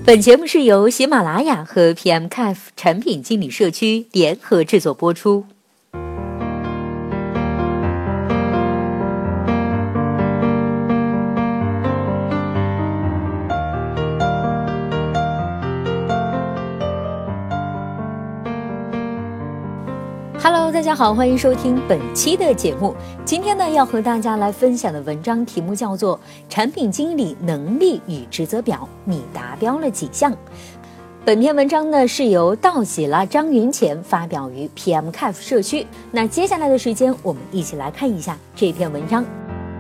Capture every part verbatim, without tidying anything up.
本节目是由喜马拉雅和 P M C A F 产品经理社区联合制作播出。Hello， 大家好，欢迎收听本期的节目。今天呢，要和大家来分享的文章题目叫做《产品经理能力与职责表》，你达标了几项？本篇文章呢是由道喜拉张云潜发表于 P M C A F 社区。那接下来的时间，我们一起来看一下这篇文章。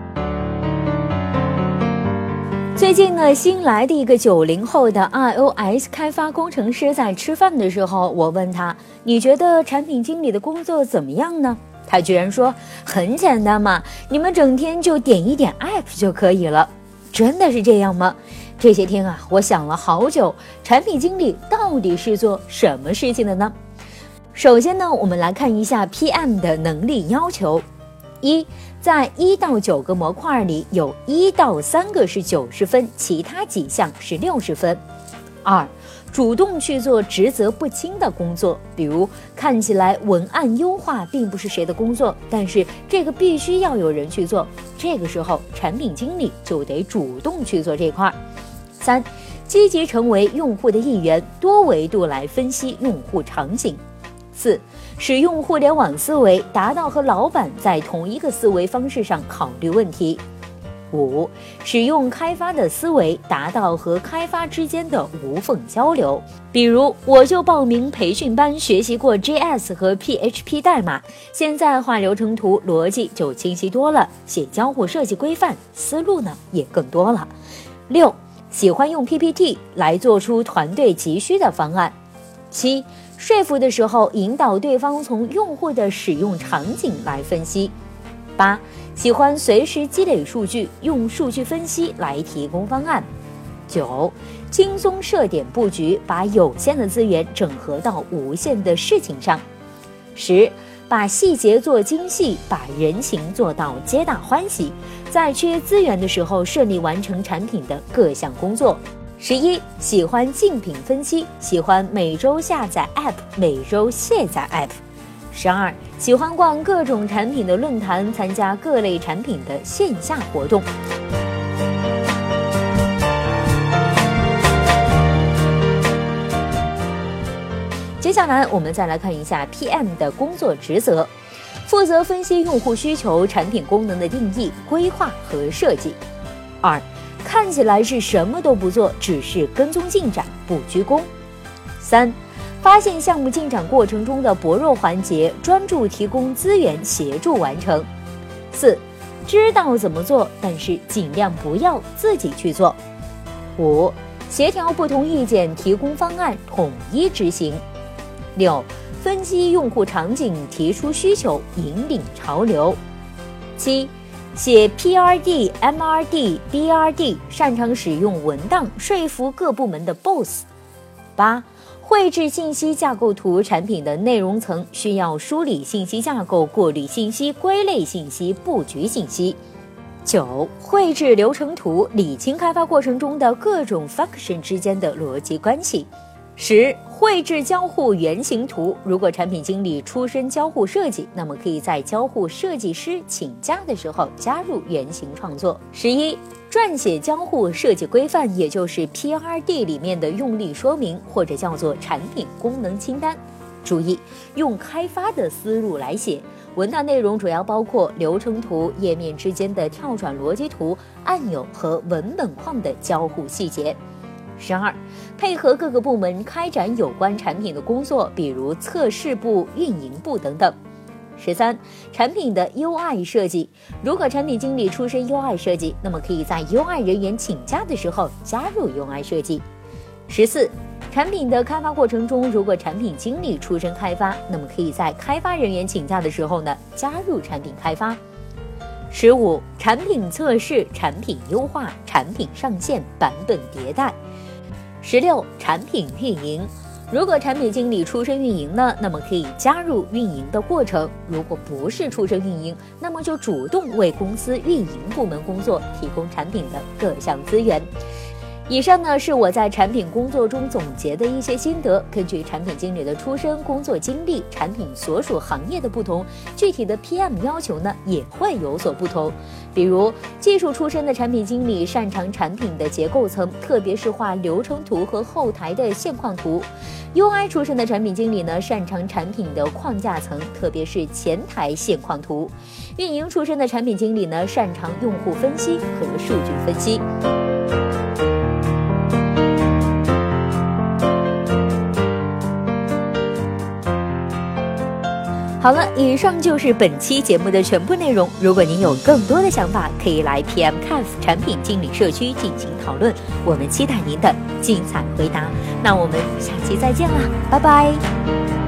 最近呢，新来的一个九零后的 iOS 开发工程师在吃饭的时候，我问他：“你觉得产品经理的工作怎么样呢？”他居然说：“很简单嘛，你们整天就点一点 app 就可以了。”真的是这样吗？这些天啊，我想了好久，产品经理到底是做什么事情的呢？首先呢，我们来看一下 P M 的能力要求。一，在一到九个模块里，有一到三个是九十分，其他几项是六十分。二，主动去做职责不清的工作，比如看起来文案优化并不是谁的工作，但是这个必须要有人去做，这个时候产品经理就得主动去做这块。三，积极成为用户的一员，多维度来分析用户场景。四，使用互联网思维，达到和老板在同一个思维方式上考虑问题。五，使用开发的思维，达到和开发之间的无缝交流。比如，我就报名培训班，学习过 J S 和 P H P 代码，现在画流程图逻辑就清晰多了，写交互设计规范，思路呢也更多了。六，喜欢用 P P T 来做出团队急需的方案。七，说服的时候引导对方从用户的使用场景来分析。八，喜欢随时积累数据，用数据分析来提供方案。九，轻松设点布局，把有限的资源整合到无限的事情上。十，把细节做精细，把人情做到皆大欢喜，在缺资源的时候顺利完成产品的各项工作。十一，喜欢竞品分析，喜欢每周下载 App， 每周卸载 App。十二，喜欢逛各种产品的论坛，参加各类产品的线下活动。接下来我们再来看一下 P M 的工作职责，负责分析用户需求、产品功能的定义、规划和设计。二，看起来是什么都不做，只是跟踪进展，不居功。三，发现项目进展过程中的薄弱环节，专注提供资源协助完成。四，知道怎么做，但是尽量不要自己去做。五，协调不同意见，提供方案，统一执行。六，分析用户场景，提出需求，引领潮流。七，写 P R D、M R D、B R D， 擅长使用文档，说服各部门的 boss。八，绘制信息架构图，产品的内容层需要梳理信息架构，过滤信息，归类信息，布局信息。九，绘制流程图，理清开发过程中的各种 function 之间的逻辑关系。十，绘制交互原型图，如果产品经理出身交互设计，那么可以在交互设计师请假的时候加入原型创作。十一，撰写交互设计规范，也就是 P R D 里面的用例说明，或者叫做产品功能清单。注意，用开发的思路来写，文档内容主要包括流程图、页面之间的跳转逻辑图、按钮和文本框的交互细节。十二，配合各个部门开展有关产品的工作，比如测试部、运营部等等。十三，产品的 U I 设计，如果产品经理出身 U I 设计，那么可以在 U I 人员请假的时候加入 U I 设计。十四，产品的开发过程中，如果产品经理出身开发，那么可以在开发人员请假的时候呢加入产品开发。十五，产品测试、产品优化、产品上线、版本迭代。十六，产品运营，如果产品经理出身运营呢，那么可以加入运营的过程；如果不是出身运营，那么就主动为公司运营部门工作提供产品的各项资源。 以上呢是我在产品工作中总结的一些心得，根据产品经理的出身、工作经历、产品所属行业的不同，具体的 P M 要求呢也会有所不同。比如技术出身的产品经理擅长产品的结构层，特别是画流程图和后台的现况图。U I 出身的产品经理呢擅长产品的框架层，特别是前台现况图。运营出身的产品经理呢擅长用户分析和数据分析。好了，以上就是本期节目的全部内容。如果您有更多的想法，可以来 P M C A F 产品经理社区进行讨论，我们期待您的精彩回答。那我们下期再见啦，拜拜。